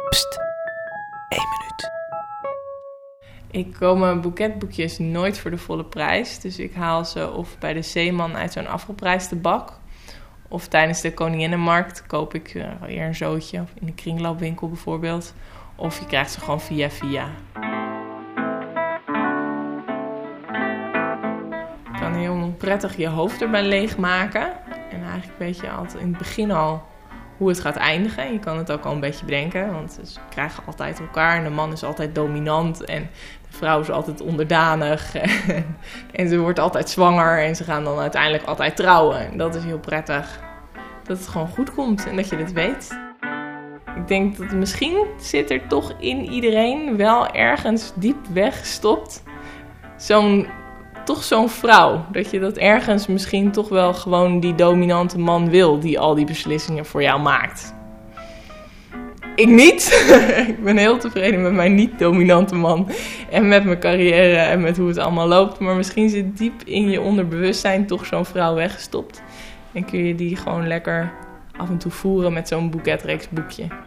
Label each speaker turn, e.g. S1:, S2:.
S1: Pst, 1 minuut.
S2: Ik koop mijn boeketboekjes nooit voor de volle prijs. Dus ik haal ze of bij de Zeeman uit zo'n afgeprijsde bak. Of tijdens de Koninginnenmarkt koop ik weer een zootje. Of in de kringloopwinkel bijvoorbeeld. Of je krijgt ze gewoon via. Je kan heel prettig je hoofd erbij leegmaken. En eigenlijk weet je altijd in het begin al hoe het gaat eindigen. Je kan het ook al een beetje bedenken. Want ze krijgen altijd elkaar. En de man is altijd dominant. En de vrouw is altijd onderdanig. En ze wordt altijd zwanger. En ze gaan dan uiteindelijk altijd trouwen. En dat is heel prettig. Dat het gewoon goed komt. En dat je het weet. Ik denk dat misschien zit er toch in iedereen wel ergens diep weggestopt. Toch zo'n vrouw. Dat je dat ergens misschien toch wel gewoon die dominante man wil. Die al die beslissingen voor jou maakt. Ik niet. Ik ben heel tevreden met mijn niet-dominante man. En met mijn carrière en met hoe het allemaal loopt. Maar misschien zit diep in je onderbewustzijn toch zo'n vrouw weggestopt. En kun je die gewoon lekker af en toe voeren met zo'n boeketreeks boekje.